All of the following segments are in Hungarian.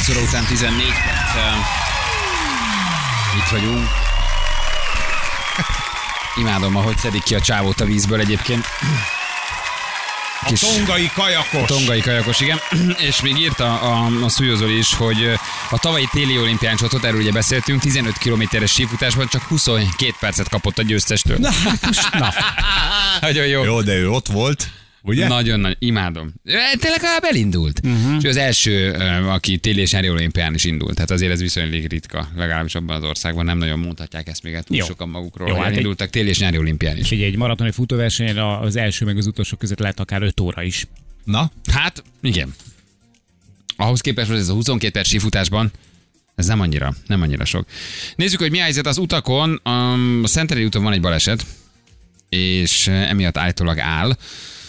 10 óra után 14 perc. Itt vagyunk. Imádom, ahogy szedik ki a csávót a vízből egyébként. A tongai kajakos. A tongai kajakos, igen. És még írta a Szúlyó is, hogy a tavalyi téli olimpián csotot, erről ugye beszéltünk, 15 kilométeres sífutásban csak 22 percet kapott a győztestől. Na. Nagyon jó. Jó, de ő ott volt. Ugye? Nagyon imádom. Tényleg elindult. És ő az első, aki téli és nyári olimpián is indult. Tehát azért ez viszonylag ritka, legalábbis abban az országban nem nagyon mondhatják ezt még túl sokan magukról. Jó, elindultak téli és nyári olimpián is. Figyelj, egy maratoni futóversenyen az első meg az utolsó között lehet akár 5 óra is. Na? Hát, igen. Ahhoz képest, hogy ez a 22 perc sífutásban, ez nem annyira sok. Nézzük, hogy mi a helyzet az utakon. A Szentendrei úton van egy baleset, és emiatt állítólag áll.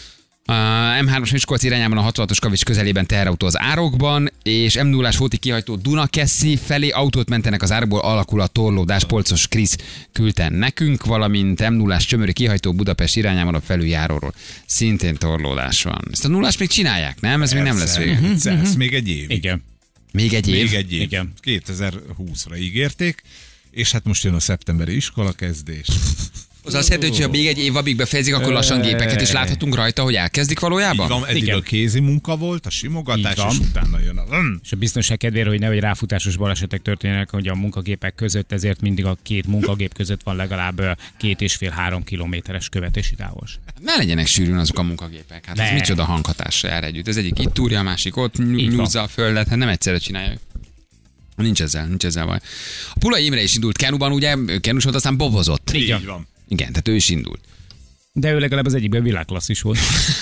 M3-as Miskolc irányában a 66-os Kavics közelében teherautó az árokban, és M0-ás Hóti kihajtó Dunakeszi felé autót mentenek az árokból, alakul a torlódás. Polcos Krisz küldte nekünk, valamint M0-ás Csömöri kihajtó Budapest irányában a felüljáróról. Szintén torlódás van. Ezt a 0-ás még csinálják, nem? Ez még nem lesz vége. Ez még egy év. Igen. Még egy év? Még egy év. Igen. 2020-ra ígérték, és hát most jön a szeptemberi iskolakezdés. Az azt jelenti, hogy ha még egy év abig befejezik, akkor lassan gépeket is láthatunk rajta, hogy elkezdik valójában? Így van, eddig a kézi munka volt, a simogatás, és utána jön a... És a biztonság kedvére, hogy nehogy ráfutásos balesetek történjenek, hogy a munkagépek között, ezért mindig a két munkagép között van legalább 2,5-3 kilométeres követési távolság. Ne legyenek sűrűn azok a munkagépek. Hát ez micsoda hanghatással jár együtt. Ez egyik itt túrja, a másik ott nyúzza a földet, hát nem egyszerre csinálják. Nincs ezzel baj. A Pulai Imre is indult kenuban, ugye? Kenus volt, aztán bobozott. Így van. Igen, tehát ő is indult. De ő legalább az egyikben világklasszis volt.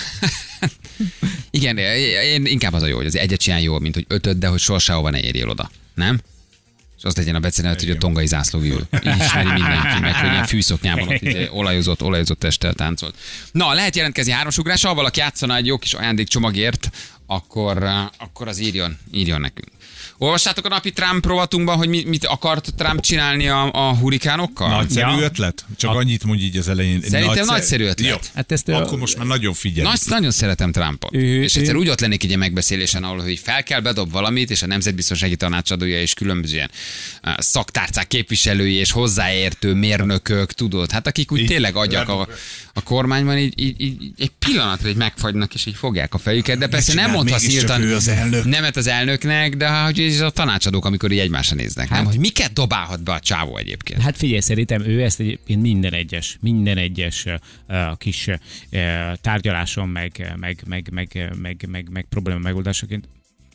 Igen, én inkább az a jó, hogy az egyet csinálj jól, mint hogy 5, de hogy sorsehova ne érjél oda. Nem? És azt legyen a becenevet, hogy a tongai zászló ül. Így ismeri mindenki meg, hogy ilyen fűszoknyában ott olajozott testtel táncolt. Na, lehet jelentkezni hármasugrással, ha valaki játszana egy jó kis ajándékcsomagért, akkor az írjon nekünk. Olvastátok a napi Trump rovatunkban, hogy mit akart Trump csinálni a hurikánokkal? Nagyszerű ötlet? Csak annyit mondj így az elején. Szerintem nagyszerű ötlet. Jó. Hát akkor most már nagyon figyelj. Nagyon szeretem Trumpot. És egyszer úgy ott lennék egy megbeszélésen, ahol hogy fel kell, bedob valamit, és a nemzetbiztonsági tanácsadója és különböző ilyen szaktárcák képviselői és hozzáértő mérnökök, tudod, hát akik úgy tényleg adják a kormányban, így egy pillanatra így megfagynak, és így fogják a fejüket, de persze nem mondhatsz írtan nemet az elnöknek, de hogy ez a tanácsadók, amikor így egymásra néznek, nem? Hogy miket dobálhat be a csávó egyébként? Hát figyelj, szerintem ő ezt egyébként minden egyes kis tárgyaláson, meg probléma megoldásaként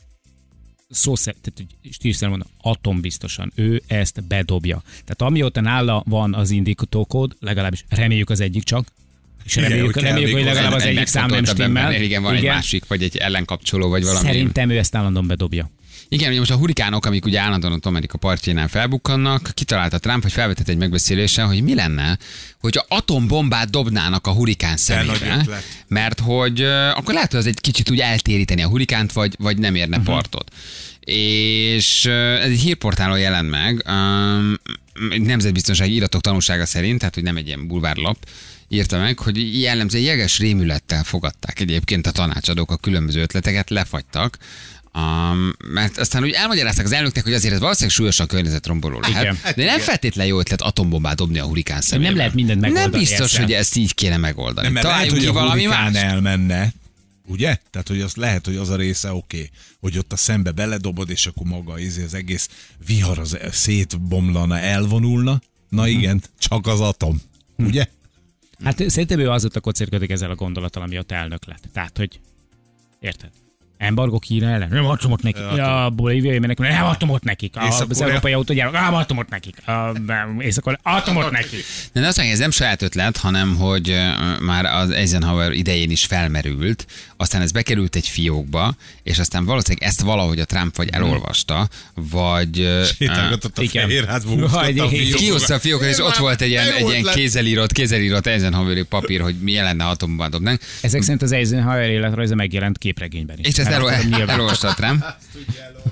stílszerűen mondom, atombiztosan ő ezt bedobja. Tehát amióta nála van az indítókód, legalábbis reméljük az egyik csak, és reméljük, hogy legalább az egyik szám nem stimmel. Igen, van egy másik, vagy egy ellenkapcsoló, vagy valami. Szerintem ő ezt állandóan bedobja. Igen, ugye most a hurikánok, amik ugye állandóan ott Amerika partjánál felbukkannak, kitalálta Trump, hogy felvetett egy megbeszélésen, hogy mi lenne, hogyha atombombát dobnának a hurikán szemébe, mert hogy akkor lehet, hogy az egy kicsit úgy eltéríteni a hurikánt, vagy nem érne partot. És ez egy hírportálon jelent meg, nemzetbiztonsági iratok tanúsága szerint, tehát hogy nem egy ilyen bulvárlap, írta meg, hogy jellemzően jeges rémülettel fogadták egyébként a tanácsadók a különböző ötleteket, lefagytak, mert aztán úgy elmagyarázták az elnöknek, hogy azért ez valószínűleg súlyosan környezetromboló lehet, de nem feltétlen jó ötlet atombombát dobni a hurikán szemébe. Nem lehet mindent megoldani. Nem biztos, hogy ezt így kéne megoldani. Nem, mert lehet, hogy a hurikán elmenne, ugye? Tehát, hogy az lehet, hogy az a része oké, hogy ott a szembe beledobod, és akkor maga az egész vihar az szétbomlana, elvonulna. Na igen, csak az atom, ugye? Hát szerintem ő azóta kocérködik ezzel a gondolattal, ami ott elnök lett. Tehát, hogy érted? Embargo Kína ellen? Nem adtam ott nekik. A bolíviai menekülők, nem adtam ott nekik. Az európai autógyárok, nem adtam ott nekik. Észak-Korea, adtam ott nekik. De azt mondja, ez nem saját ötlet, hanem hogy már az Eisenhower idején is felmerült, aztán ez bekerült egy fiókba, és aztán valószínűleg ezt valahogy a Trump vagy elolvasta, vagy... Sétálgatott a Fehérházba, kihozta a fiókot, és ott volt egy ilyen kézzelírott Eisenhower papír, hogy mi lenne atomban dobnánk. Ezek szerint az Eisenhower életrajza megjelent képregényben is. És ezt elolvastad, nem?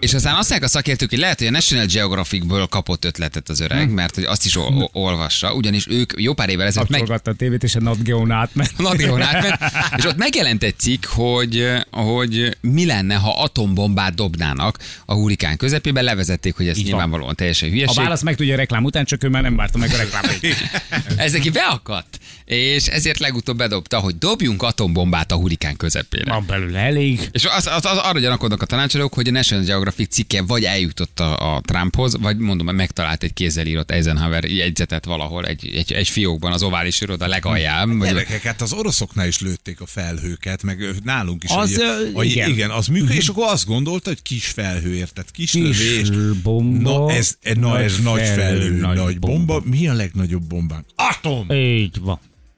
És aztán azt mondják a szakértők, hogy lehet, hogy a National Geographicből kapott ötletet az öreg, mert hogy azt is olvassa, ugyanis ők jó pár évvel ezelőtt Kapcsolgatta a tévét, és a Nat Geo-n átment. és ott megjelent egy cikk, hogy mi lenne, ha atombombát dobnának a hurrikán közepében, levezették, hogy ez Így nyilvánvalóan teljesen hülyeség. A válasz megtudja a reklám után, csak ő már nem várta meg a reklámot. Ez neki beakadt, és ezért legutóbb bedobta, hogy dobjunk atombombát a hurrikán közepére. Van belőle elég. És arra gyanakodnak a tanácsadók, hogy a National Geographic cikke vagy eljutott a Trumphoz, vagy mondom, megtalált egy kézzel írott Eisenhower jegyzetet valahol egy fiókban az ovális iroda legalján. Gyerekek, hát az oroszoknál is lőtték a felhőket, meg nálunk is. Az, igen, az működik, és akkor azt gondolta, hogy kis felhő, érted? Kis lövés. Bomba. Ez nagy felhő, nagy bomba. Mi a legnagyobb bombánk? Atom! Így van.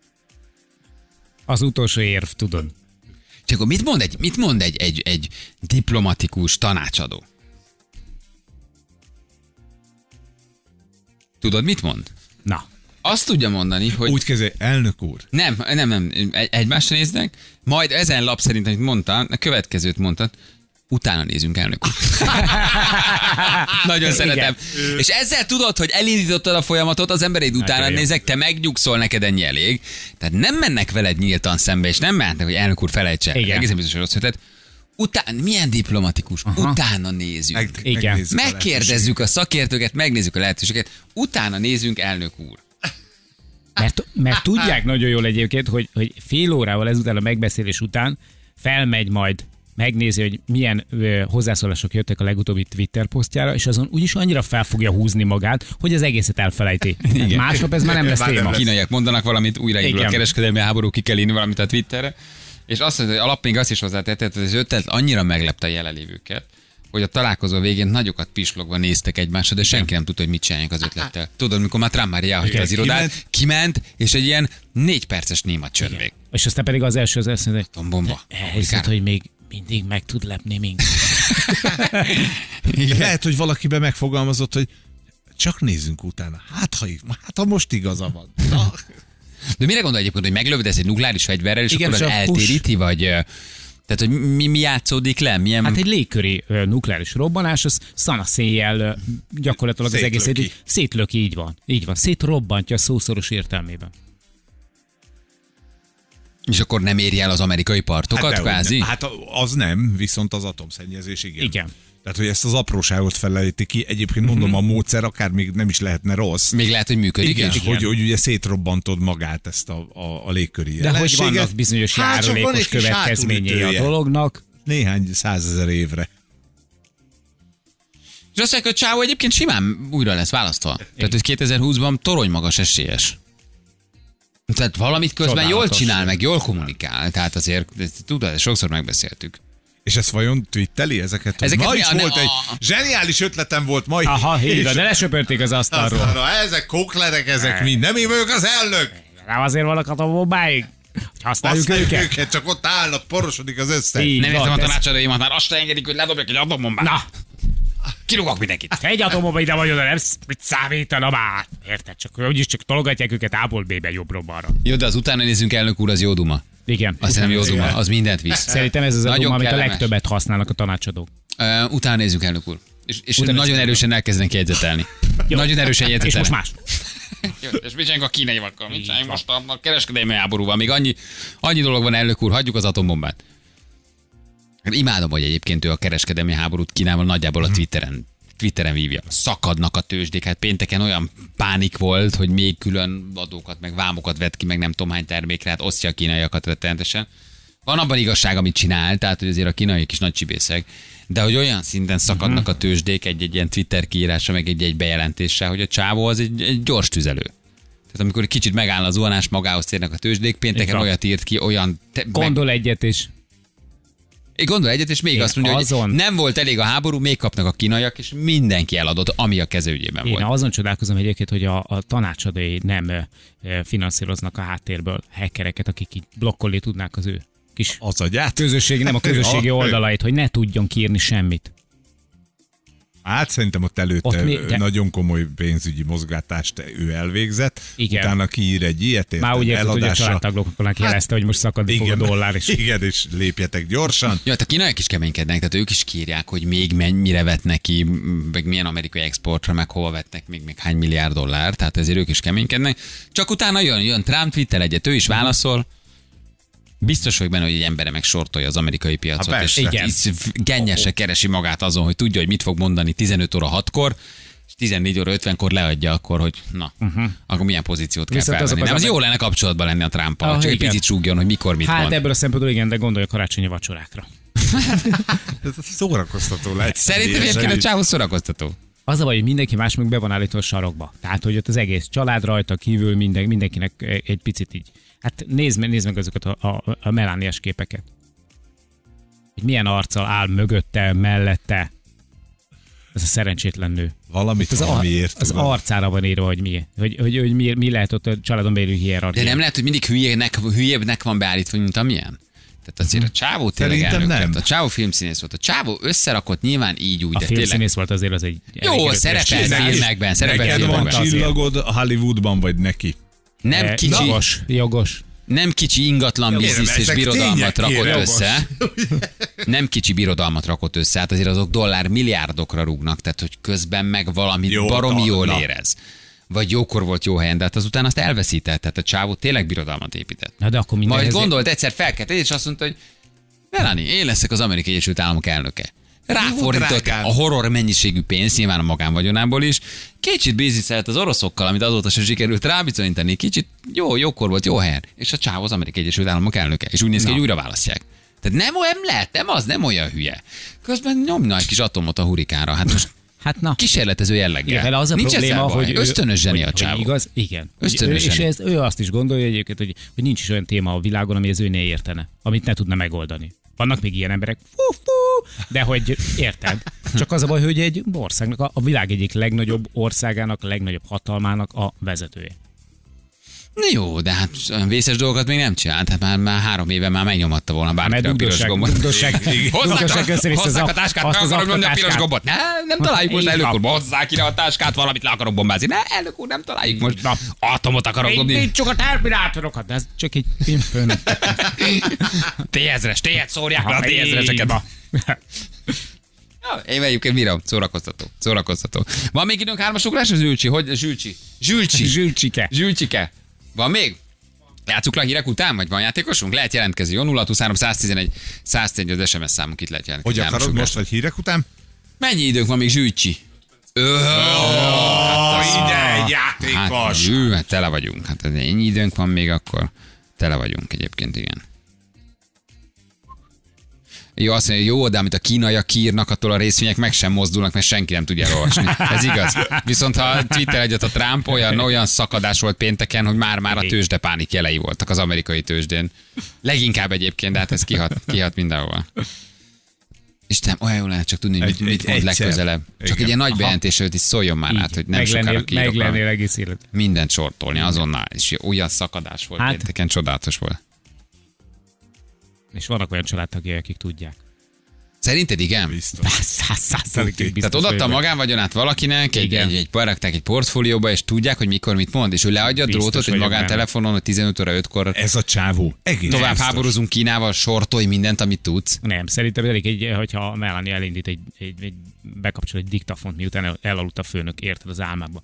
Az utolsó érv, tudod. Csak akkor mit mond egy diplomatikus tanácsadó? Tudod, mit mond? Na. Azt tudja mondani, hogy... Úgy kezdje, elnök úr. Nem. Egymásra néznek, majd ezen lap szerint, amit mondta, a következőt mondtad, utána nézünk, elnök úr. Nagyon szeretem. És ezzel tudod, hogy elindítottad a folyamatot, az embereid utána nézek, te megnyugszol, neked ennyi elég. Tehát nem mennek veled nyíltan szembe, és nem mehetnek, hogy elnök úr felejtse. Egészen biztos, hogy rossz ötlet. Milyen diplomatikus. Utána nézünk. Igen. Megkérdezzük a szakértőket, megnézzük a lehetőséget, utána nézünk, elnök úr. Mert tudják nagyon jól egyébként, hogy fél órával ezután a megbeszélés után felmegy majd, megnézi, hogy milyen hozzászólások jöttek a legutóbbi Twitter posztjára, és azon úgyis annyira fel fogja húzni magát, hogy az egészet elfelejti. Másnap ez már nem lesz téma. Kínaiak mondanak valamit, újraindul a kereskedelmi háború, ki kell írni valamit a Twitterre. És azt mondja, hogy alap még azt is hozzátette, hogy az ötlet annyira meglepte a jelenlévőket, hogy a találkozó végén nagyokat pislogva néztek egymásra, de senki nem tudta, hogy mit csinálják az ötlettel. Tudod, mikor már Trump már elhagyta az irodát, kiment, és egy ilyen 4 perces néma csönd még. És aztán pedig az első az azt mondja, hogy atombomba. Elhiszed, hogy még mindig meg tud lepni minket. Lehet, hogy valakiben megfogalmazott, hogy csak nézzünk utána. Hát ha most igaza van. De mire gondol egyébként, hogy meglövödesz egy nukleáris fegyverrel, és igen, akkor az eltéríti, vagy... Tehát, hogy mi játszódik le? Milyen... Hát egy légköri nukleáris robbanás, az szanaszéjjel gyakorlatilag az egész szétlöki, így van. Így van, szétrobbantja a szószoros értelmében. És akkor nem éri el az amerikai partokat, kvázi? Hát az nem, viszont az atomszennyezés igen. Igen. Tehát, hogy ezt az apróságot felejti ki. Egyébként mondom, a módszer akár még nem is lehetne rossz. Még lehet, hogy működik. Igen, hogy ugye szétrobbantod magát ezt a légköri de hogy vannak bizonyos járulékos következményei a dolognak. Néhány 100 000 évre. És azt mondják, hogy Csávó egyébként simán újra lesz választva. Tehát, hogy 2020-ban torony magas esélyes. Tehát valamit közben jól csinál, meg jól kommunikál. Tehát azért, tudod, sokszor megbeszéltük. És ezt vajon twitteli ezeket? Ma is volt egy zseniális ötletem volt majd. Aha, hívja, de lesöpörték az asztalról. Ezek koklerek, ezek mind. Nem én vagyok az elnök. Nem azért vannak atombombáig, hogy használjuk őket. Csak ott állnak, porosodik az összeg. Nem értem a tanácsadóimat, már azt engedik, hogy ledobjak egy atombombát. Na, kirúgok mindenkit. Egy atombomba ide vagy oda, nem mit számítana már. Érted? Csak úgyis csak tologatják őket A-ból B-be, jobbra-balra. Jó, de az utána nézzünk, elnök úr, az jó duma. Igen. Azt nem jó duma, az mindent visz. Szerintem ez az a duma, amit a legtöbbet használnak a tanácsadók. Utána nézzünk, elnök úr. És nagyon erősen elkezdenek jegyzetelni. Nagyon erősen jegyzetelni. És most más. És mit csináljuk a kínaiakkal? Mit csináljuk most a kereskedelmi háborúval? Még annyi dolog van, elnök úr, hagyjuk az atombombát. Imádom, hogy egyébként ő a kereskedelmi háborút Kínával nagyjából a Twitteren vívja. Szakadnak a tőzsdék, hát pénteken olyan pánik volt, hogy még külön adókat, meg vámokat vett ki, meg nem tudom hány termékre, hát osztja a kínaiakat rettenetesen. Van abban igazság, amit csinál, tehát hogy azért a kínaiak is nagy csibészek, de hogy olyan szinten szakadnak a tőzsdék egy ilyen Twitter kiírása, meg egy bejelentéssel, hogy a csávó az egy gyors tüzelő. Tehát amikor kicsit megáll a zuhanás, magához térnek a tőzsdék, pénteken olyat írt ki, olyan... Gondol egyet is. Gondol egyet, és még azt mondja, hogy nem volt elég a háború, még kapnak a kínaiak, és mindenki eladott, ami a keze ügyében volt. Én azon csodálkozom egyébként, hogy a tanácsadói nem finanszíroznak a háttérből hackereket, akik így blokkolni tudnák az ő kis az agyát? Közösség, nem a közösségi oldalait, hogy ne tudjon kiírni semmit. Hát szerintem ott előtte nagyon komoly pénzügyi mozgátást ő elvégzett, igen. Utána kiír egy ilyet, már úgy érted, hogy a családtagoknak jelezte, hogy most szakadni fog a dollár. Igen, és lépjetek gyorsan. Ja, a kínaiak is keménykednek, tehát ők is kírják, hogy még mire vetnek ki, meg milyen amerikai exportra, meg hova vetnek még hány milliárd dollár, tehát ezért ők is keménykednek. Csak utána jön Trump, Twitter egyet, ő is válaszol. Biztos vagyok benne, hogy egy embere meg sortolja az amerikai piacot, és gennyesen keresi magát azon, hogy tudja, hogy mit fog mondani 15 óra 6-kor, és 14 óra 50-kor leadja akkor, hogy na, akkor milyen pozíciót kell felvenni. Nem, az jó lenne kapcsolatban lenni a Trumpal, csak egy picit súgjon, hogy mikor mit mond. Hát ebből a szempontból igen, de gondolj a karácsonyi vacsorákra. Ez szórakoztató lehet. Szerintem egyébként a csávó szórakoztató. Az a baj, hogy mindenki más meg be van állítva a sarokba. Tehát, hogy ott az egész család rajta kívül mindenkinek egy picit így. Hát nézd meg azokat a Melaniás képeket. Hogy milyen arccal áll mögötte, mellette. Ez a szerencsétlen nő. Valamit valamiért. Az arcára van írva, hogy mi. Hogy mi lehet ott a családon belül hierarchia. De nem lehet, hogy mindig hülyébbnek van beállítva, mint amilyen? Tehát azért a csávó tényleg elnök, a csávó filmszínész volt. A csávó összerakott nyilván így úgy. A filmszínész volt azért az egy... Jó, szerepelt filmekben. Neked van csillagod Hollywoodban, vagy neki? Nem kicsi. Jogos. Nem kicsi ingatlan biznisz és birodalmat rakott össze. Nem kicsi birodalmat rakott össze, hát azért azok milliárdokra rúgnak, tehát hogy közben meg valamit baromi jól érez. Vagy jókor volt jó helyen, de hát azután azt elveszített, tehát a csávó tényleg birodalmat épített. Na de akkor majd gondolt, egyszer felkelt, és azt mondta, hogy Melanie, én leszek az Amerikai Egyesült Államok elnöke. Ráfordított a horror mennyiségű pénzt, nyilván a magánvagyonából is. Kicsit bizniszelt az oroszokkal, amit azóta sem sikerült rábizonyítani. Kicsit jókor volt, jó helyen. És a csávó az Amerikai Egyesült Államok elnöke. És úgy néz ki, hogy újra választják. Tehát nem olyan hülye. Közben nyomna egy kis atomot a hurikánra. Hát most kísérletező jelleggel. Igen, az a nincs probléma, hogy ösztönös zseni a csávó. Igaz? Igen. Ösztönös és ő azt is gondolja egyébként, hogy nincs is olyan téma a világon, ami az ő értene, amit ne tudna megoldani. Vannak még ilyen emberek, de hogy érted? Csak az a baj, hogy egy országnak, a világ egyik legnagyobb országának, a legnagyobb hatalmának a vezetője. Jó, de hát olyan vészes dolgokat még nem csinált, hát már 3 éve már megnyomatta volna bármikor a piros gombot. Hozzák a táskát, meg akarom nyomni a piros gombot. Nem találjuk most, elnök úr, hozzák ide a táskát, valamit le akarok bombázni. Ne, elnök úr, nem találjuk most. Atomot akarok dobni. Nincs csak a terminátorokat, de ez csak egy filmfőnök. T-1000-es, szórják le a T-1000-eseket. Én egyébként bírom, szórakoztató. Van még időnk 3-as ugrás, az Zsülcsike. Van még? Játsszuk le a hírek után, vagy van játékosunk? Lehet jelentkezni. Jó, 023 111 111 az SMS számunk, itt lehet jelentkezni. Hogy akarod most, vagy hírek után? Mennyi időnk van még, Zsülcsi? Ide, játékos! Hát tele vagyunk. Hát ennyi időnk van még, akkor tele vagyunk egyébként, igen. Jó, azt mondja, jó, de amit a kínaiak kiírnak, attól a részvények meg sem mozdulnak, mert senki nem tudja elolvasni. Ez igaz. Viszont ha Twitter egyet a Trump, olyan szakadás volt pénteken, hogy már a tőzsdepánik jelei voltak az amerikai tőzsdén. Leginkább egyébként, de hát ez kihat mindenhol. Istenem, olyan jó lehet csak tudni, hogy mit mond legközelebb. Csak egy ilyen nagy bejelentés előtt is szóljon már át, hogy nem sokára kiírok. Meglennél egész élet. Mindent sortolni azonnal. És olyan szakadás volt pénteken, csodálatos volt. És vannak olyan családtagjai, akik tudják. Szerinted igen? Biztos. 100%-ig biztos. Tehát odaadta a magánvagyonát valakinek, egy portfólióba, és tudják, hogy mikor mit mond, és ő leadja a drótot egy magántelefonon, hogy 15 óra 5-kor ez a csávó. Egész tovább biztos. Háborúzunk Kínával, sortolj mindent, amit tudsz. Nem, szerintem elég, hogyha Melanie elindít bekapcsol egy diktafont, miután elaludt a főnök, érted az álmába.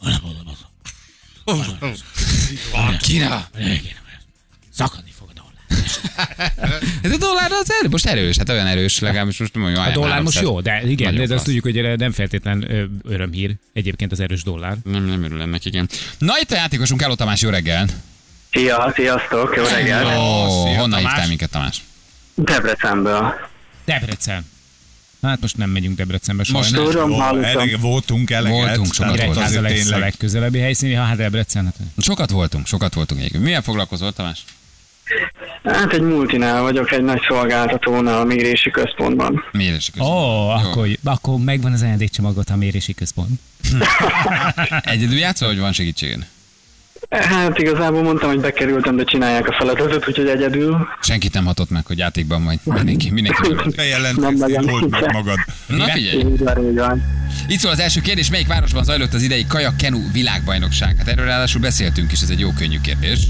Kína! Szakadni fog a dollár. Ez a dollár az most erős, hát olyan erős, legalábbis most nem olyan. A dollár most jó, de igen, de azt tudjuk, hogy nem feltétlen örömhír egyébként az erős dollár. Nem örül ennek, igen. Na itt a játékosunk, Álló Tamás, jó reggel! Sziasztok, jó reggel! Honnan hívtál minket, Tamás? Debrecenből. Debrecen. Hát most nem megyünk Debrecenbe most sajnos. Voltunk eleget. Sokat voltunk. A legközelebbi helyszíni, hát Debrecen. Hát. Sokat voltunk. Milyen foglalkozol, Tamás? Hát egy multinál vagyok, egy nagy szolgáltatónál a mérési központban. Mérési központ. Akkor megvan az ajándékcsomagot a mérési központ. Egyedül játszol, vagy van segítséged? Hát igazából mondtam, hogy bekerültem, de csinálják a feladatot, úgyhogy egyedül. Senkit nem hatott meg, hogy játékban vagy. Mindenki Bejelentkeztél, old meg magad. Na figyelj! Így van. Itt szól az első kérdés, melyik városban zajlott az idei kajak-kenu világbajnokság? Hát erről ráadásul beszéltünk is, ez egy jó könnyű kérdés.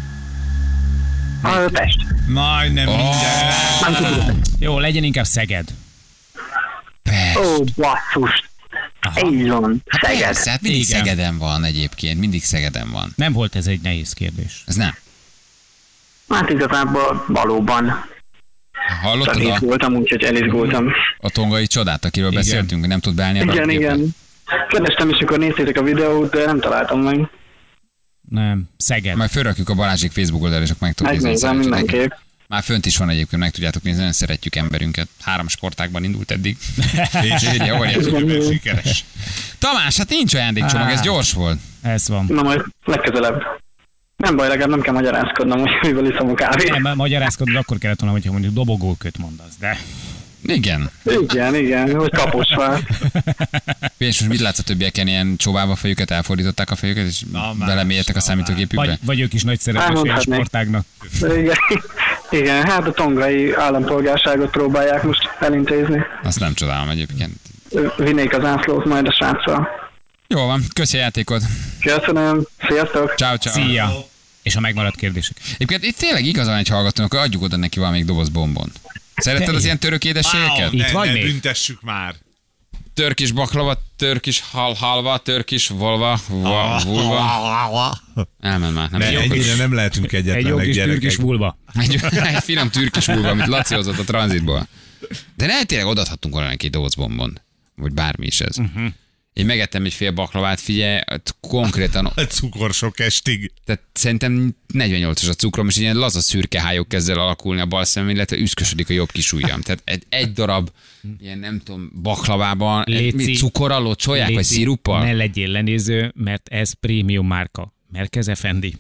Pest. Majdnem minden. Jó, legyen inkább Szeged. Ó, basszus. Így van, Szeged. Persze, hát mindig Igen. Szegeden van egyébként, mindig Szegeden van. Nem volt ez egy nehéz kérdés. Ez nem. Hát igazából valóban. Hallottad Tanít voltam, úgyhogy elizgultam. a tongai csodát, akiről beszéltünk, hogy nem tud beállni a Igen, repgépen? igen. Kerestem is, amikor néztétek a videót, de nem találtam meg. Nem, Szeged. Majd fölrakjuk a Balázsék Facebook oldalra, és akkor meg tudjuk nézni. Megnézem Szeretjük. mindenképp. Már fönt is van egyébként, meg tudjátok nézni, nagyon szeretjük emberünket. 3 sportágban indult eddig. És Egy óriási. sikeres. Tamás, hát nincs ajándékcsomag, ez gyors volt. Ez van. Na majd legközelebb. Nem baj, legalább nem kell magyarázkodnom, hogy miből iszom a kávét. Nem, magyarázkodod, akkor kellett volna, hogyha mondjuk dobogóköt mondasz, de... Igen. Igen, hogy kaposvár. És most mit látsz a többieken, ilyen csóvába fejüket, elfordították a fejüket, és Na, már belemélyedtek a számítógépükbe? Vagy ők is nagy szerepesei a Elmondhatnék. sportágnak. Igen, hát a tongai állampolgárságot próbálják most elintézni. Azt nem csodálom egyébként. Vinnék az ászlót majd a sráccal. Jó van, köszi a játékot. Köszönöm, sziasztok! Ciao, ciao. Szia! És a megmaradt kérdések. Egyébként itt tényleg igazán egy hallgatónak, akkor adjuk oda neki valamelyik doboz bombon. Szereted az ilyen török édességeket? Itt vagy még? Büntessük már. Törkis baklava, törkis halva, törkis volva, vulva. Elment már. Nem Ne, jó. ennyire nem lehetünk Egy jó egyetlenek kis türkis gyerekek. vulva. Egy finom türkis vulva, amit Laci hozott a tranzitból. De ne, tényleg odaadhatunk volna neki egy doboz bombon. Vagy bármi is ez. Én megettem egy fél baklavát, figyelj, konkrétan, A cukor sok estig. tehát szerintem 48-as a cukrom, és ilyen laza szürke hályok kezd el alakulni a bal szemem, illetve üszkösödik a jobb kis ujjam. Tehát egy darab ilyen, nem tudom, baklavában, Léci. cukorral locsolják, vagy Léci, sziruppal? Ne legyél lenéző, mert ez prémium márka. Merkez Effendi.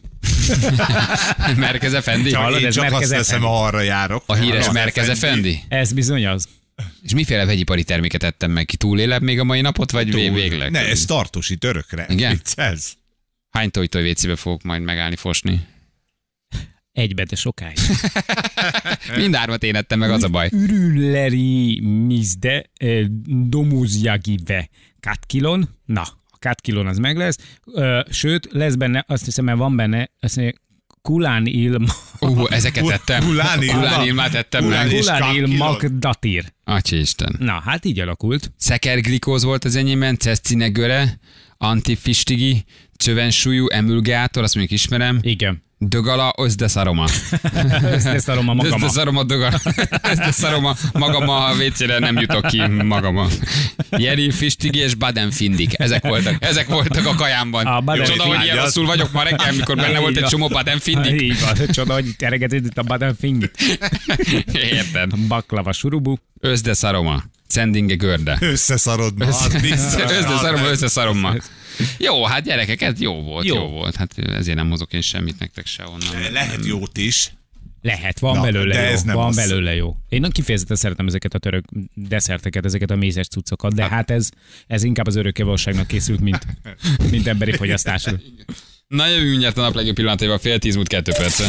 Merkez Effendi? Hallod, Én ez csak azt Merkez veszem, Effendi. ha arra járok. A híres Az Merkez Effendi? Ez bizony az. És miféle vegyipari terméket ettem meg ki? Túléled még a mai napot, vagy végleg? Ne, ez tartósít örökre. Igen? Viccelsz? Hány toj WC-be fogok majd megállni fosni? Egybe, de sokáig. Mindármat én ettem meg, az a baj. Ürünleri mizde domuzjagive katkilon. Na, a katkilon az meg lesz. Sőt, lesz benne, azt hiszem, mert van benne, azt mondja, kulán il... Ezeket ettem. Kulánilmát ettem meg. És Kulán il katkilon. magdatir. Atya Isten. Na, hát így alakult. Szekerglikóz volt az enyémben, ceszcinegöre, antifistigi, csövensúlyú, emulgátor, azt mondjuk ismerem. Igen. Dögala, özdeszaroma. Összeszarom a magama. Özdeszaroma, dögala. Özdeszaroma, magam a WC-re nem jutok ki magam. Jeri, fistigi és badenfindik. Ezek voltak a kajámban. A badenfindik. Csoda, hogy ilyen rosszul vagyok ma reggel, mikor benne volt egy csomó badenfindik. Így van, csoda, hogy teregetett itt a badenfingit. Érted. Baklava surubú. Özdeszaroma. Cendinge görde. Összeszarod ma. az biztos. Összeszaroma, összeszaromma. Jó, hát gyerekek, ez jó Jó. volt. Hát ezért nem hozok én semmit nektek se onnan. Lehet jót is. Lehet, van Na, belőle de jó. ez nem Van az. belőle jó. Én kifejezetten szeretem ezeket a török desszerteket, ezeket a mézes cuccokat, de hát ez inkább az örökkévalóságnak készült, mint emberi fogyasztásra. Na jövünk mindjárt a nap legjobb pillanataival, 9:10 múlt 2 perce.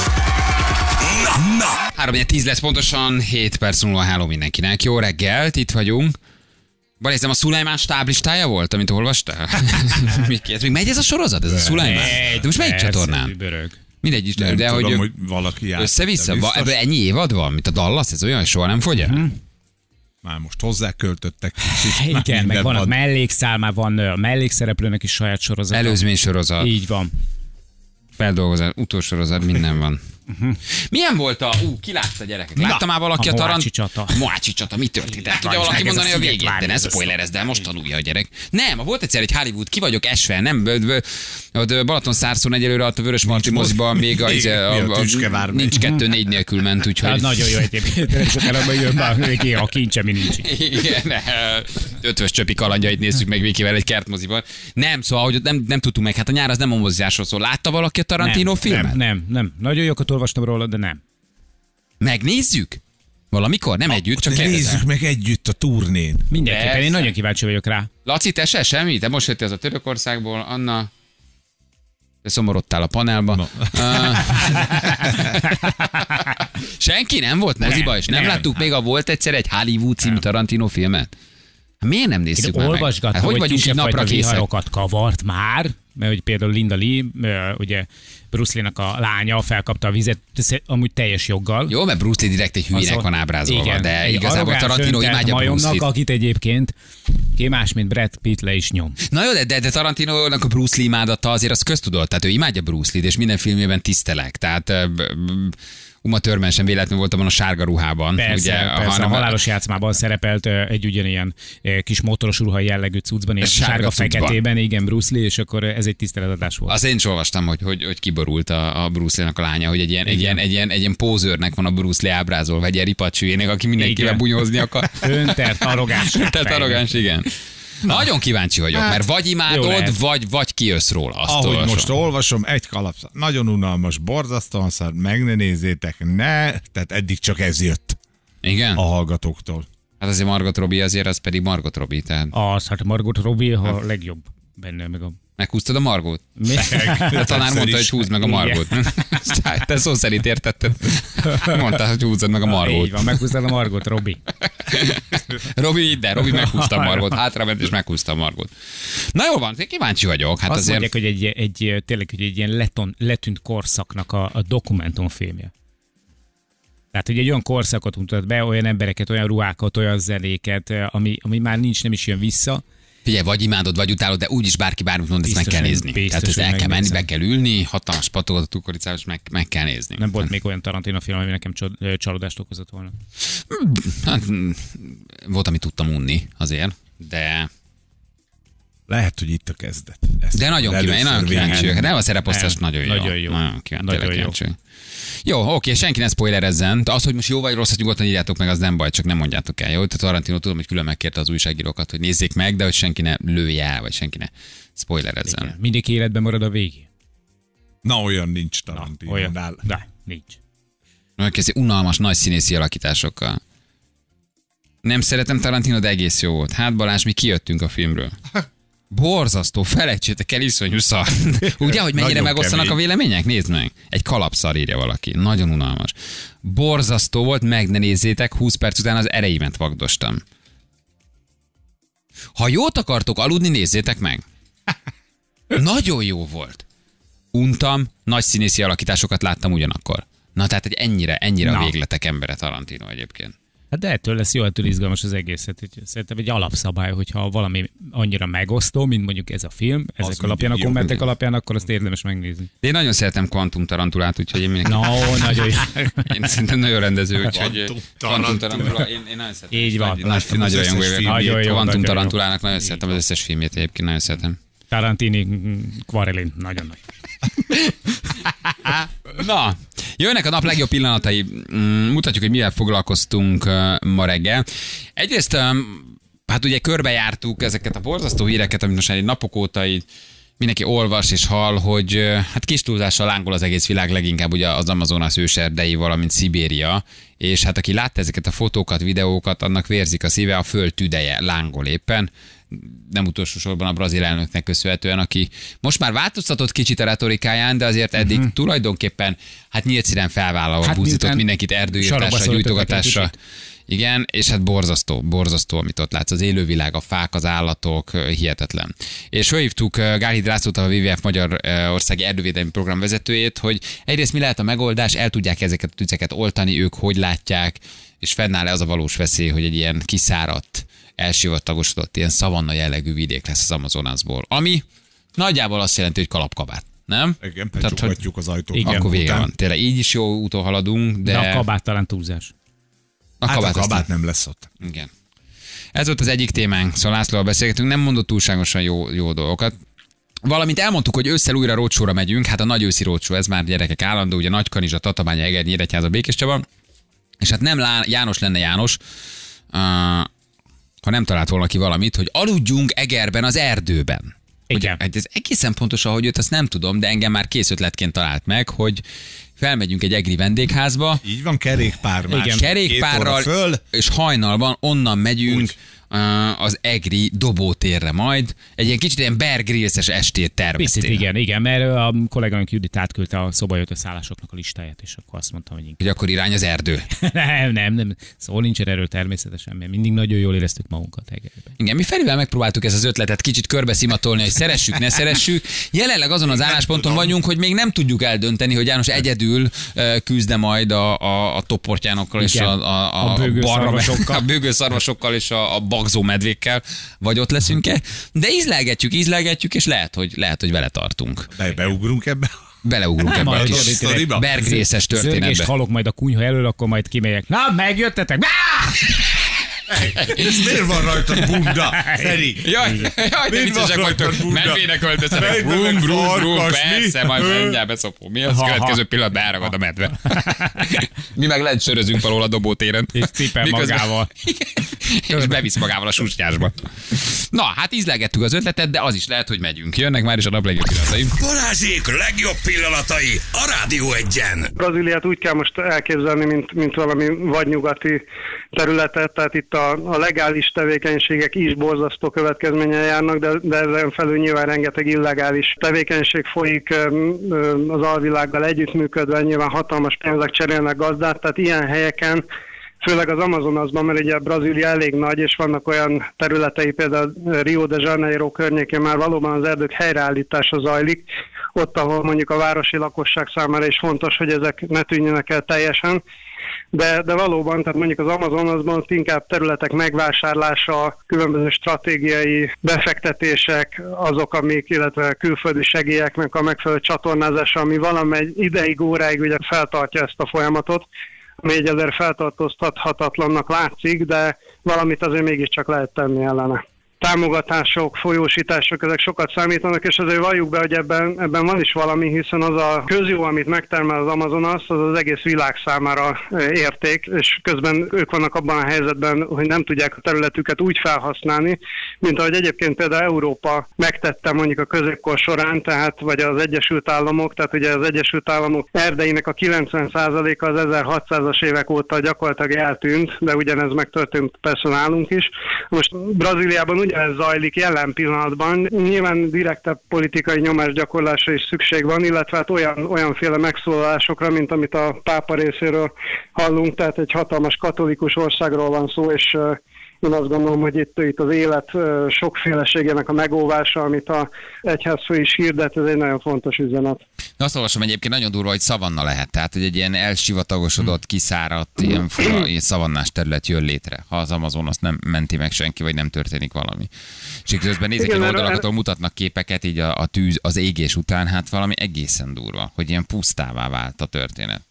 3:10 lesz pontosan, 7 perc múlva háló mindenkinek. Jó reggelt, itt vagyunk. Balézem, a Szulajmán stáblistája volt, amit olvastál? Még megy ez a sorozat, ez a Szulajmán? De most melyik Persze, csatornán? Börög. Mindegy is, Nem de tudom, hogy hogy valaki játszott. össze-vissza? Biztos. Ebből ennyi évad van, mint a Dallas? Ez olyan, hogy soha nem fogy el? Már most hozzáköltöttek. Igen, meg van a mellékszál, már van a mellékszereplőnek is saját sorozata. Előzmény sorozat, Így van. feldolgozás, utolsorozat, minden van. Milyen volt a... ki látta, gyerekek? Látta már valaki a a Mohácsi csata. Mohácsi csata, mi történt? El tudja Meg valaki ez a mondani a végét, Szigetvár, de ne ez a spoilerezd el, most tanulja a gyerek. Nem, volt egyszer egy Hollywood, ki vagyok esve, nem? Ott Balatonszárszón egyelőre a Vörös Marti moziban még a Tüskevár nincs 2-4 nélkül ment, Hát úgyhogy... nagyon jó egyébként. Nem sokára jön be, a kincs, ami nincs. Igen, Ötvös Csöpi kalandjait néztük meg Vikivel egy kertmoziban. Nem, szóval, hogy nem tudtuk meg, hát a nyár az nem a mozizásról szól. Látta valaki a Tarantino filmet? Nem. Nagyon jókat olvastam róla, de nem. Megnézzük? Valamikor? Nem együtt, csak Nézzük kérdezem. meg együtt a turnén. Mindenképpen, Persze. én nagyon kíváncsi vagyok rá. Laci, te se semmi? Te most jöttél az a Törökországból, Anna... Te szomorodtál a panelba. No. Senki nem volt moziba, és nem nem. láttuk még, volt egyszer egy Hollywood című Tarantino filmet? Miért nem nézzük már meg? Olvasgattam, Hogy hogy vagyunk így napra készek? viharokat kavart már, mert hogy például Linda Lee, ugye Bruce Lee-nak a lánya felkapta a vizet, amúgy teljes joggal. Jó, mert Bruce Lee direkt egy hülyének van ábrázolva, igen, de igazából Tarantino imádja Bruce Lee-t. akit egyébként ki más, mint Brad Pitt le is nyom. Na jó, de Tarantinónak a Bruce Lee imádata azért az köztudott, tehát ő imádja Bruce Lee-t, és minden filmében tisztelek. Tehát Uma Thurman sem véletlenül volt abban a sárga ruhában. Persze, ugye, persze a Halálos játszmában szerepelt egy ugyanilyen kis motoros ruha jellegű cuccban, ilyen sárga feketében, igen, Bruce Lee, és akkor ez egy tiszteletadás volt. Azt én is olvastam, hogy kiborult a Bruce Lee-nak a lánya, hogy egy ilyen pózőrnek van a Bruce Lee ábrázolva, egy ilyen ripacsűjének, aki mindenkivel bunyózni akar. Öntert, arrogáns. Tehát arrogáns, igen. Nagyon kíváncsi vagyok, mert vagy imádod, vagy kijössz róla. Ahogy olvasom. Most olvasom, egy kalapszat. Nagyon unalmas, borzasztóan szar, meg ne nézzétek, ne. Tehát eddig csak ez jött. Igen? A hallgatóktól. Hát azért Margot Robbie, azért az pedig Margot Robbie. Tehát... Hát Margot Robbie a legjobb benne, meg a... Meghúztad a Margot? A tanár mondta, hogy húzd meg a Margot. Te szó szerint értetted. Mondtál, hogy húzzad meg a Margot. Így van, meghúztad a Margot, Robi. Robi meghúzta a Margot. Hátrament és meghúzta a Margot. Na jól van, kíváncsi vagyok. Hát azt azért... mondják, hogy tényleg egy ilyen letűnt korszaknak a dokumentumfilmje. Tehát, hogy egy olyan korszakot mutat be, olyan embereket, olyan ruhákat, olyan zenéket, ami már nincs, nem is jön vissza. Figyelj, vagy imádod, vagy utálod, de úgyis bárki bármit mond, ezt meg kell nézni. Tehát ezt el kell menni, be kell ülni, hatalmas patogat a tukoricával, és meg kell nézni. Nem volt még olyan Tarantino film, ami nekem csalódást okozott volna. Hát, volt, amit tudtam unni azért, de... Lehet, hogy itt a kezdet. De nagyon kíváncsi vagyok. De a szereposztás nagyon jó. Nagyon jó. Nagyon jó. Jó, oké, senki ne spoilerezzen. Az, hogy most jó vagy rossz, nyugodtan írjátok meg, az nem baj, csak nem mondjátok el, jó? Tehát Tarantino tudom, hogy külön megkérte az újságírókat, hogy nézzék meg, de hogy senki ne lője el, vagy senki ne spoilerezzen. Igen. Mindenki életben marad a végén. Na, olyan nincs Tarantinónál. De nincs. Kezdi unalmas, nagy színészi alakításokkal. Nem szeretem Tarantino, de egész jó volt. Hát Balázs, mi kijöttünk a filmről. Borzasztó, felejtsétek el, iszonyú szar. Ugye, hogy mennyire megosztanak a vélemények? Nézd meg. Egy kalapszar, írja valaki. Nagyon unalmas. Borzasztó volt, meg ne nézzétek, 20 perc után az ereimet vagdostam. Ha jót akartok aludni, nézzétek meg. Nagyon jó volt. Untam, nagy színészi alakításokat láttam ugyanakkor. Na tehát egy ennyire a végletek embere Tarantino egyébként. Hát de ettől lesz jó, ettől izgalmas az egészet. Szerintem egy alapszabály, hogyha valami annyira megosztó, mint mondjuk ez a film, ezek az alapján, a kommentek alapján, akkor azt érdemes megnézni. De én nagyon szeretem Quantum Tarantulát, úgyhogy én mindenki... nagyon jó. Én szerintem nagyon rendező, úgyhogy Quantum Tarantula, én nagyon szeretem. Így van. Nagy rajongó vagyok. Quantum Tarantulának nagyon így szeretem az összes filmjét, egyébként nagyon szeretem. Tarantini, Quarelin, nagyon nagy. Na, jönnek a nap legjobb pillanatai. Mutatjuk, hogy mivel foglalkoztunk ma reggel. Egyrészt, hát ugye körbejártuk ezeket a borzasztó híreket, amit most egy napok óta így mindenki olvas és hall, hogy hát kis túlzással lángol az egész világ, leginkább ugye az Amazonas őserdei, valamint Szibéria, és hát aki látta ezeket a fotókat, videókat, annak vérzik a szíve, a föld tüdeje lángol éppen. Nem utolsó sorban a brazil elnöknek köszönhetően, aki most már változtatott kicsit a retorikáján, de azért eddig tulajdonképpen hát nyílt színen felvállalva buzdított mindenkit erdőírtásra, gyújtogatásra. Igen, és hát borzasztó, amit ott látsz. Az élővilág, a fák, az állatok, hihetetlen. És fölhívtuk Gálhid Lászlót, a WWF Magyarországi Erdővédelmi Program vezetőjét, hogy egyrészt mi lehet a megoldás, el tudják ezeket a tüzeket oltani, ők hogy látják, és fennáll-e az a valós veszély, hogy egy ilyen kiszáradt, elsivatagosodott, ilyen szavanna jellegű vidék lesz az Amazonasból. Ami nagyjából azt jelenti, hogy kalapkabát. Nem? Igen, becsukhatjuk az ajtót. Igen, akkor vége van. Tényleg így is jó úton haladunk, de... a kabát talán túlzás. A kabát nem lesz ott. Igen. Ez volt az egyik témánk, szóval Lászlóval beszélgetünk, nem mondott túlságosan jó dolgokat. Valamint elmondtuk, hogy ősszel újra roadshow-ra megyünk, hát a nagy őszi roadshow, ez már gyerekek állandó, ugye Nagykanizsa, Tatabánya, Eger, Nyíregyháza, Békéscsaba. És hát nem János lenne János, ha nem talált volna ki valamit, hogy aludjunk Egerben az erdőben. Igen. Hát ez egészen pontos, ahogy őt azt nem tudom, de engem már kész ötletként talált meg, hogy felmegyünk egy egri vendégházba. Így van, kerékpár már. Igen. Kerékpárral, föl, és hajnalban onnan megyünk úgy az egri dobótérre majd. Egy ilyen kicsit ilyen Bear Grylls-es estét terveztél. Picit, igen, mert a kollégánk Judit átküldte a szobajötő szállásoknak a listáját, és akkor azt mondtam, hogy akkor irány az erdő. nem. Szó nincsen erről természetesen, mert mindig nagyon jól éreztük magunkat Egerben. Igen, mi Ferivel megpróbáltuk ezt az ötletet kicsit körbeszimatolni, hogy szeressük, ne szeressük. Jelenleg azon az állásponton vagyunk, hogy még nem tudjuk eldönteni, hogy János egyedül küzde majd a toportyánokkal és a bőgőszarvasokkal és a bagzó medvékkel, vagy ott leszünk-e, de ízlelgetjük, és lehet, hogy vele tartunk. Beugrunk ebbe? Beleugrunk ebbe a kis Bear Grylls-es történetbe. Zörgést hallok majd a kunyha elől, akkor majd kimegyek. Na, megjöttetek! Ez miért van rajta bunda, Feri? Jaj, viccesek vagytok, medvének öltözenek. Brum, persze, majd mindjárt beszopom. Mi az következő pillanatban elragad a medve. Mi meg lent sörözünk valahol a dobótéren. És cipel magával. És bevisz magával a susnyásba. Na, hát ízlelgettük az ötletet, de az is lehet, hogy megyünk. Jönnek már is a nap legjobb pillanatai. Balázsék legjobb pillanatai a Rádió 1-en. Brazíliát úgy kell most elképzelni, mint valami vadnyugati területet, tehát itt a legális tevékenységek is borzasztó következménye járnak, de ezen felül nyilván rengeteg illegális tevékenység folyik az alvilággal együttműködve, nyilván hatalmas pénzek cserélnek gazdát, tehát ilyen helyeken, főleg az Amazonasban, mert ugye Brazília elég nagy, és vannak olyan területei, például Rio de Janeiro környékén már valóban az erdők helyreállítása zajlik, ott, ahol mondjuk a városi lakosság számára is fontos, hogy ezek ne tűnjenek el teljesen, de valóban, tehát mondjuk az Amazonasban inkább területek megvásárlása, különböző stratégiai befektetések, azok, amik, illetve külföldi segélyeknek a megfelelő csatornázása, ami valamely ideig, óráig ugye feltartja ezt a folyamatot, ami egyelőre feltartóztathatatlannak látszik, de valamit azért mégiscsak lehet tenni ellene. Támogatások, folyósítások, ezek sokat számítanak, és azért valljuk be, hogy ebben van is valami, hiszen az a közjó, amit megtermel az Amazonas, az egész világ számára érték, és közben ők vannak abban a helyzetben, hogy nem tudják a területüket úgy felhasználni, mint ahogy egyébként például Európa megtette mondjuk a középkor során, tehát vagy az Egyesült Államok, tehát ugye az Egyesült Államok erdeinek a 90%-a az 1600-as évek óta gyakorlatilag eltűnt, de ugyanez megtörtént persze nálunk is. Most Brazíliában ugyanez zajlik jelen pillanatban. Nyilván direktebb politikai nyomásgyakorlásra is szükség van, illetve hát olyanféle megszólalásokra, mint amit a pápa részéről hallunk, tehát egy hatalmas katolikus országról van szó, és én azt gondolom, hogy itt az élet sokféleségének a megóvása, amit a egyházfő is hirdet, ez egy nagyon fontos üzenet. Na, azt olvasom egyébként nagyon durva, hogy szavanna lehet. Tehát, hogy egy ilyen elsivatagosodott, kiszáradt, ilyen fura, ilyen szavannás terület jön létre, ha az Amazonas nem menti meg senki, vagy nem történik valami. És közben nézek egy oldalakat, ahol mutatnak képeket így a tűz, az égés után, hát valami egészen durva, hogy ilyen pusztává vált a történet.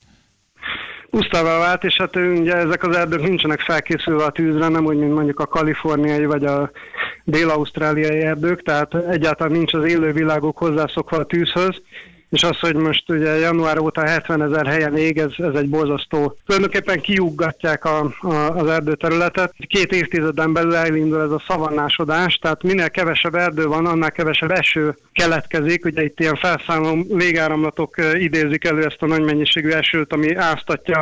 Pusztává vált, és hát ugye ezek az erdők nincsenek felkészülve a tűzre, nem úgy, mint mondjuk a kaliforniai vagy a dél-ausztráliai erdők, tehát egyáltalán nincs az élővilágok hozzászokva a tűzhöz, és az, hogy most ugye január óta 70 000 helyen ég, ez egy borzasztó. Tulajdonképpen kiuggatják az erdőterületet. 2 évtizeden belül elindul ez a szavannásodás, tehát minél kevesebb erdő van, annál kevesebb eső keletkezik. Ugye itt ilyen felszámoló légáramlatok idézik elő ezt a nagy mennyiségű esőt, ami áztatja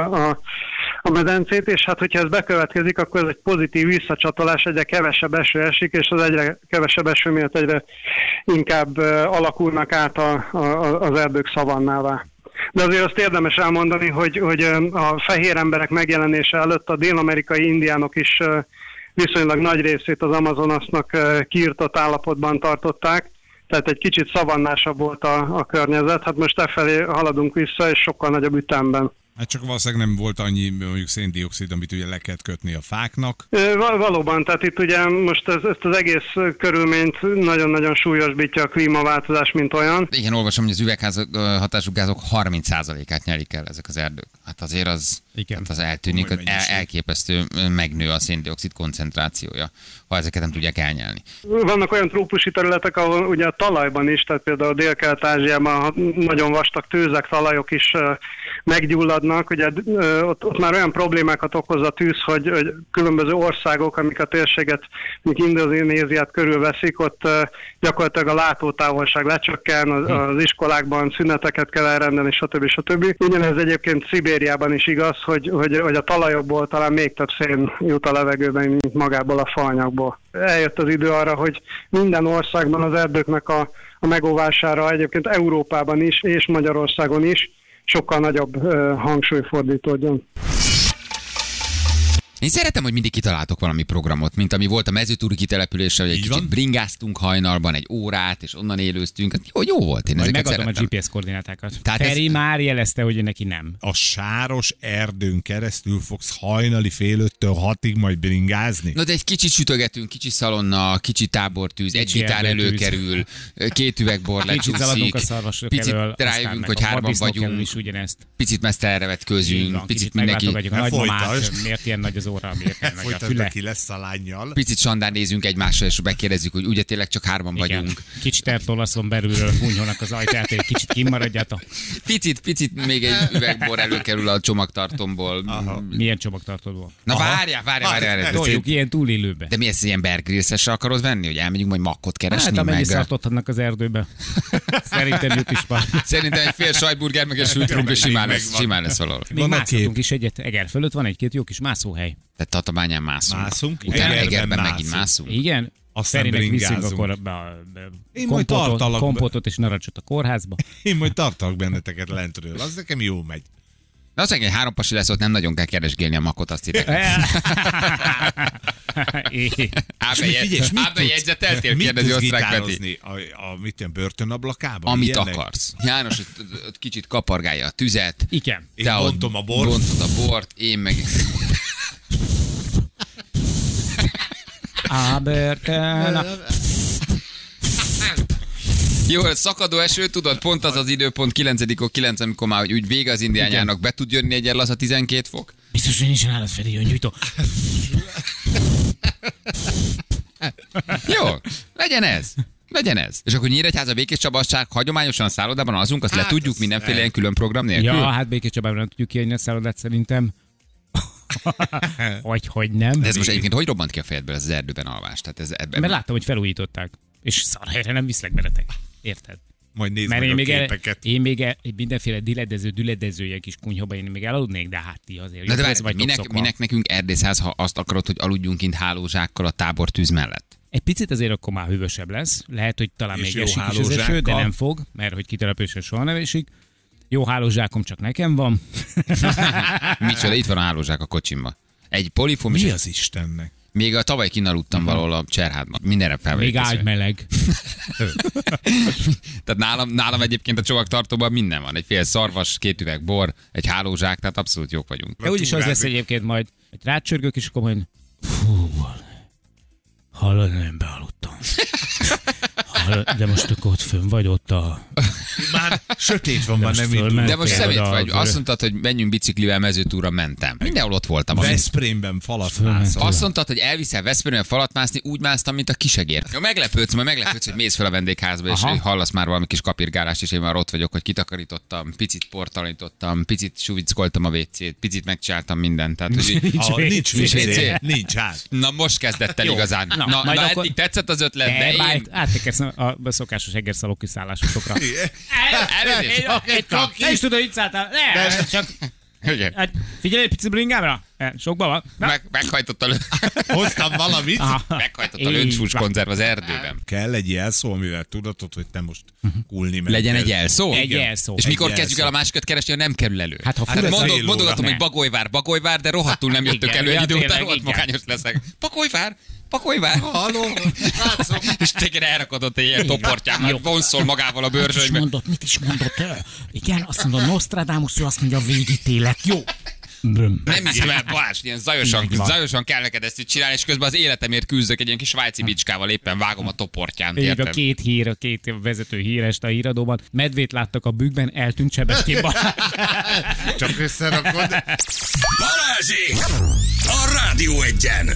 a medencét, és hát hogyha ez bekövetkezik, akkor ez egy pozitív visszacsatolás, egyre kevesebb eső esik, és az egyre kevesebb eső miatt egyre inkább alakulnak át az erdők szavannává. De azért azt érdemes elmondani, hogy a fehér emberek megjelenése előtt a dél-amerikai indiánok is viszonylag nagy részét az Amazonasnak kiirtott állapotban tartották, tehát egy kicsit szavannásabb volt a környezet. Hát most efelé haladunk vissza, és sokkal nagyobb ütemben. Hát csak valószínűleg nem volt annyi mondjuk széndioxid, amit ugye le kellett kötni a fáknak. Valóban, tehát itt ugye most ezt az egész körülményt nagyon-nagyon súlyosbítja a klímaváltozás, mint olyan. Igen, olvasom, hogy az üvegházhatású gázok 30%-át nyerik el ezek az erdők. Hát azért az... Igen. Hát az eltűnik, az elképesztő megnő a széndioxid koncentrációja, ha ezeket nem tudják elnyelni. Vannak olyan trópusi területek, ahol ugye a talajban is, tehát például Dél-Kelet-Ázsiában nagyon vastag tőzek, talajok is meggyulladnak. Ugye ott már olyan problémákat okoz a tűz, hogy különböző országok, amik a térséget, amik Indonéziát körülveszik, ott gyakorlatilag a látótávolság lecsökken, az iskolákban szüneteket kell elrendelni, stb. Ugyanez egyébként Szibériában is igaz, hogy a talajokból talán még több szén jut a levegőben, mint magából a faanyagból. Eljött az idő arra, hogy minden országban az erdőknek a megóvására, egyébként Európában is, és Magyarországon is sokkal nagyobb hangsúly fordítódjon. Én szeretem, hogy mindig kitaláltok valami programot, mint ami volt a mezőtúri kitelepülésre, hogy egy kicsit bringáztunk hajnalban egy órát, és onnan élőztünk. Jó volt, én majd ezeket megadom szeretem. a GPS koordinátákat. Tehát Feri már jelezte, hogy neki nem. A sáros erdőn keresztül fogsz hajnali fél 5-től 6-ig majd bringázni? Na de egy kicsit sütögetünk, kicsi szalonna, kicsi tábortűz, egy gitár előkerül, 2 üveg bor Kicsit szaladunk lecsúszik, a szarvasok picit elől, rájövünk, hogy a 3-an vagyunk, is ugyanezt. picit mesztelenre vetkőzünk, picit mindenki... meglátogatjuk a nagymamát, Folytasd. miért ilyen nagy az óra, miért ilyen nagy a Folytasd, füle. ki lesz a lányjal. Picit sandán nézünk egymásra, és megkérdezzük, hogy ugye tényleg csak 3-an vagyunk. Kicsit eltolaszom belülről, hunyolnak az ajtát, egy kicsit kimaradjátok. Picit még egy üvegbor előkerül a csomagtartomból. Milyen csomagtartódból? Na várjál. Toljuk ilyen túlélőbe. De mi ezt ilyen Bear Grylls-esre akarod venni, hogy elmegyünk majd makkot keresni? Hát amennyi meg... szart ott adnak az erdőbe. Szerintem jut is van. Szerintem egy fél sajtburger, meg egy sült krumpli simán lesz valahol. Még mászhatunk is egyet. Eger fölött van egy-két jó kis mászóhely. Tehát Tatabányán mászunk. Utána Egerben Egerben megint mászunk. mászunk. Igen. Aztán Ferinek viszünk bringázunk. akkor Én majd tartalak kompotot és narancsot a kórházba. Én majd tartalak benneteket lentről. Az nekem jó megy. De az egy 3 pasi lesz, ott nem nagyon kell keresgélni a makot, azt hittek. Ábbe jegyzeteltél, kérdezi Osztrák Peti. Mit ilyen börtönablakában? Amit Ilyenek? akarsz. János ott kicsit kapargálja a tüzet. Igen. Én bontom a bort. Bontod a bort, én meg... Ábertena. Jó, szakadó eső, tudod, pont az az időpont 9. amikor már úgy vége az indiánjának, be tud jönni egy laza 12 fok? Biztos, hogy nincsen állat, Feri, öngyújtó. Jó, legyen ez. És akkor Nyíregyháza, Békés Csabasság, hagyományosan a szállodában alszunk, azt letudjuk mindenféle ilyen külön program nélkül? Ja, hát Békés Csabában nem tudjuk kiadni a szállodát szerintem. hogy nem. De ez most egyébként hogy robbant ki a fejedből ez az erdőben alvás? Tehát ez ebben... Mert láttam, hogy felújították. És szarhelyre nem viszlek beletek. Érted? Majd nézd Mert meg én a még, képeket. én még mindenféle düledezője kis kunyhóba én még elaludnék, de hát ti azért. Na de ez várj, minek nekünk erdészház, ha azt akarod, hogy aludjunk kint hálózsákkal a tábortűz mellett? Egy picit azért akkor már hűvösebb lesz. Lehet, hogy talán És még jó esik is az hálózsákkal. eső, de nem fog, mert hogy kitelepülésen soha nem esik. Jó hálózsákom csak nekem van. Micsoda, itt van a hálózsák a kocsimba. Egy polifom és Mi az Istennek? még a tavaly kinaludtam valahol a Cserhádban. Mindenre fel vagyok Még készülve. ágymeleg. Tehát nálam egyébként a csomagtartóban minden van. Egy fél szarvas, 2 üveg bor, egy hálózsák, tehát abszolút jók vagyunk. De úgyis az lesz egyébként majd, hogy rácsörgök, és akkor majd fú, hallod, nem bealudtam. De most akkor ott fönn vagy ott a... Már sötét van, már nem indul. De most szemét vagy. oda- Azt mondtad, hogy menjünk biciklivel mezőtúra, mentem. Mindenhol ott voltam. Veszprémben falat mászol. Azt mondtad, hogy elviszel Veszprémben falat mászni, úgy másztam, mint a kisegér. Jó, meglepődsz, hogy mész fel a vendégházba, és Aha. hallasz már valami kis kapirgálást, és én már ott vagyok, hogy kitakarítottam, picit portalanítottam, picit suvickoltam a WC-t, picit megcsináltam mindent. Tehát, hogy Nincs WC. WC. Nincs hát. na most kezdett el Jó. igazán. Na, majd akkor- eddig tetszett az ötlet, de én... Áttekersz a szokásos egerszalok kiszállásokra. Elnézést. Nem is tudom, hogy szálltál. Ne, csak... Igen. Hát, figyelj egy pici bringámra. Sokban van. Na. Meghajtott a Hoztam valamit. meghajtott a Így löncshús van. konzerv az erdőben. Kell egy jelszó, amivel tudatod, hogy te most kulni menj. Legyen egy jelszó? Egy jelszó. És mikor Egy kezdjük el jelszó. a másikat keresni, ha nem kerül elő? Hát, ha Hát fura- mondogatom, Ne. hogy Bagolyvár, de rohadtul nem jöttök Igen, elő ja, egy idő után, tényleg, rohadt igen. magányos leszek. Bagolyvár. Halló? Látszom. És téged elrakod ott egy ilyen toportyán, már vonszol magával a bőrzsönybe. Mit is mondott? Igen, azt mondja, Nostradamus, ő azt mondja, végítélet. Jó. Nem hiszem el, Balázs, ilyen zajosan kell neked ezt itt csinálni, és közben az életemért küzdök egy ilyen kis svájci bicskával, éppen vágom a toportján. Még a két vezető híres a híradóban. Medvét láttak a bükkben, eltűnt Sebestyén Balázs. Csak összerakod. Balázsék! A Rádió Egyen!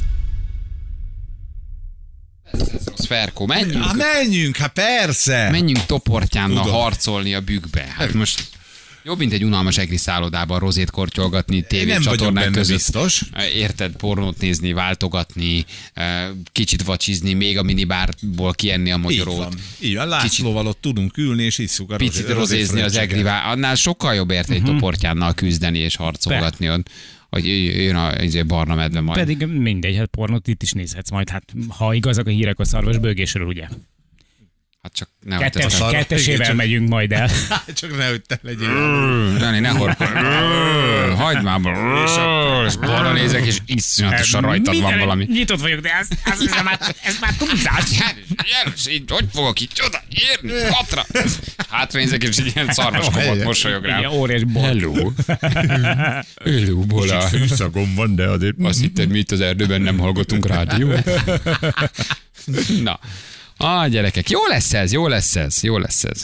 Ferko, menjünk. Menjünk, hát persze. Menjünk toportyánnal Tudom. harcolni a bükkbe. Hát most jobb, mint egy unalmas egri szállodában rozét kortyolgatni tévécsatornák között. Biztos. Érted, pornót nézni, váltogatni, kicsit vacsizni, még a minibárból kienni a magyarót. Így van, Lászlóval ott tudunk ülni, és isszuk a Picit rozézni az egrivá. Annál sokkal jobb érted egy toportyánnal küzdeni és harcolgatni ott, hogy jön a barna medve majd. Pedig mindegy, hát pornót itt is nézhetsz majd. Hát ha igazak a hírek a szarvas bőgésről, ugye? Hát csak ne Kettesével megyünk majd el. Csak nehogy te legyél. Dani, ne horkolj. Hagyd már. És balra nézek, és iszonyatosan rajtad van valami. Nyitott vagyok, de ez már túlzás. János, így hogy fogok itt oda érni? Hatra. Hátra nézek, és egy ilyen szarvaskobot mosolyog rám. Ilyen óriás bor. Hello. Hello, Bola. Fűszagom van, de azért... Azt hitted, mi itt az erdőben nem hallgatunk rádiót? Na. Gyerekek, jó lesz ez.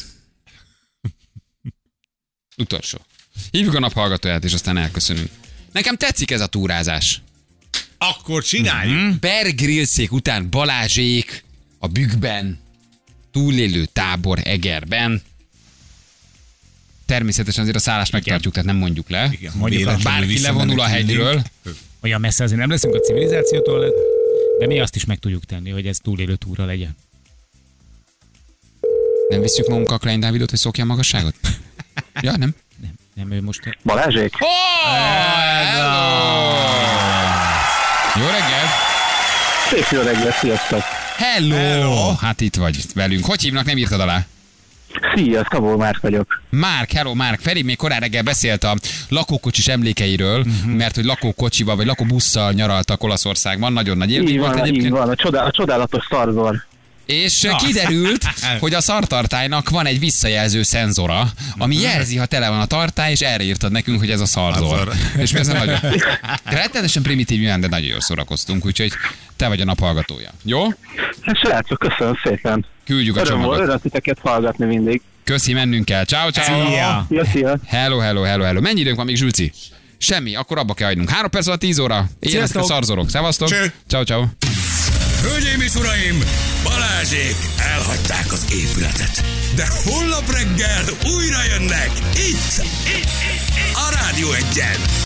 Utolsó. Hívjuk a naphallgatóját, és aztán elköszönünk. Nekem tetszik ez a túrázás. Akkor csináljuk. Bear Grillszék után Balázsék a bükkben, túlélő tábor Egerben. Természetesen azért a szállást megtartjuk, tehát nem mondjuk le. Igen, Mondjuk, bárki levonul a hegyről. Olyan messze azért nem leszünk a civilizációtól, de mi azt is meg tudjuk tenni, hogy ez túlélő túra legyen. Nem visszük magunkkal Klein Dávidot, hogy szokja a magasságot? Ja, nem? Nem, ő most... Balázsék? Hello! Jó reggelt! Szép jó reggelt, sziasztok! Hello! Hát itt vagy velünk. Hogy hívnak, nem írtad alá? Szia, Szabó Márk vagyok. Márk, hello Márk. Feri még korán reggel beszélt a lakókocsis emlékeiről, mert hogy lakókocsival vagy lakóbusszal nyaraltak Olaszországban. Nagyon nagy élmény volt egyébként. Így van, a csodálatos szarzor. És kiderült, hogy a szartartálynak van egy visszajelző szenzora, ami jelzi, ha tele van a tartály, és erre írtad nekünk, hogy ez a szarzor. És mi ezen nagyon... Rettenetesen primitív jön, de nagyon jól szórakoztunk, úgyhogy te vagy a naphallgatója. Jó? Hát srácok, köszönöm szépen. Küldjük a csomagot. Öröm titeket hallgatni mindig. Köszi, mennünk kell. Ciao, ciao. Szia. Hello. Mennyi időnk van még, Zsülci? Semmi, akkor abba kell hagynunk. 3 perc alatt 10 óra. Éjjeleztek a szarzorok. Szevasztok. Ciao. Hölgyeim és uraim, Balázsék elhagyták az épületet. De holnap reggel újra jönnek itt a Rádió Egyen.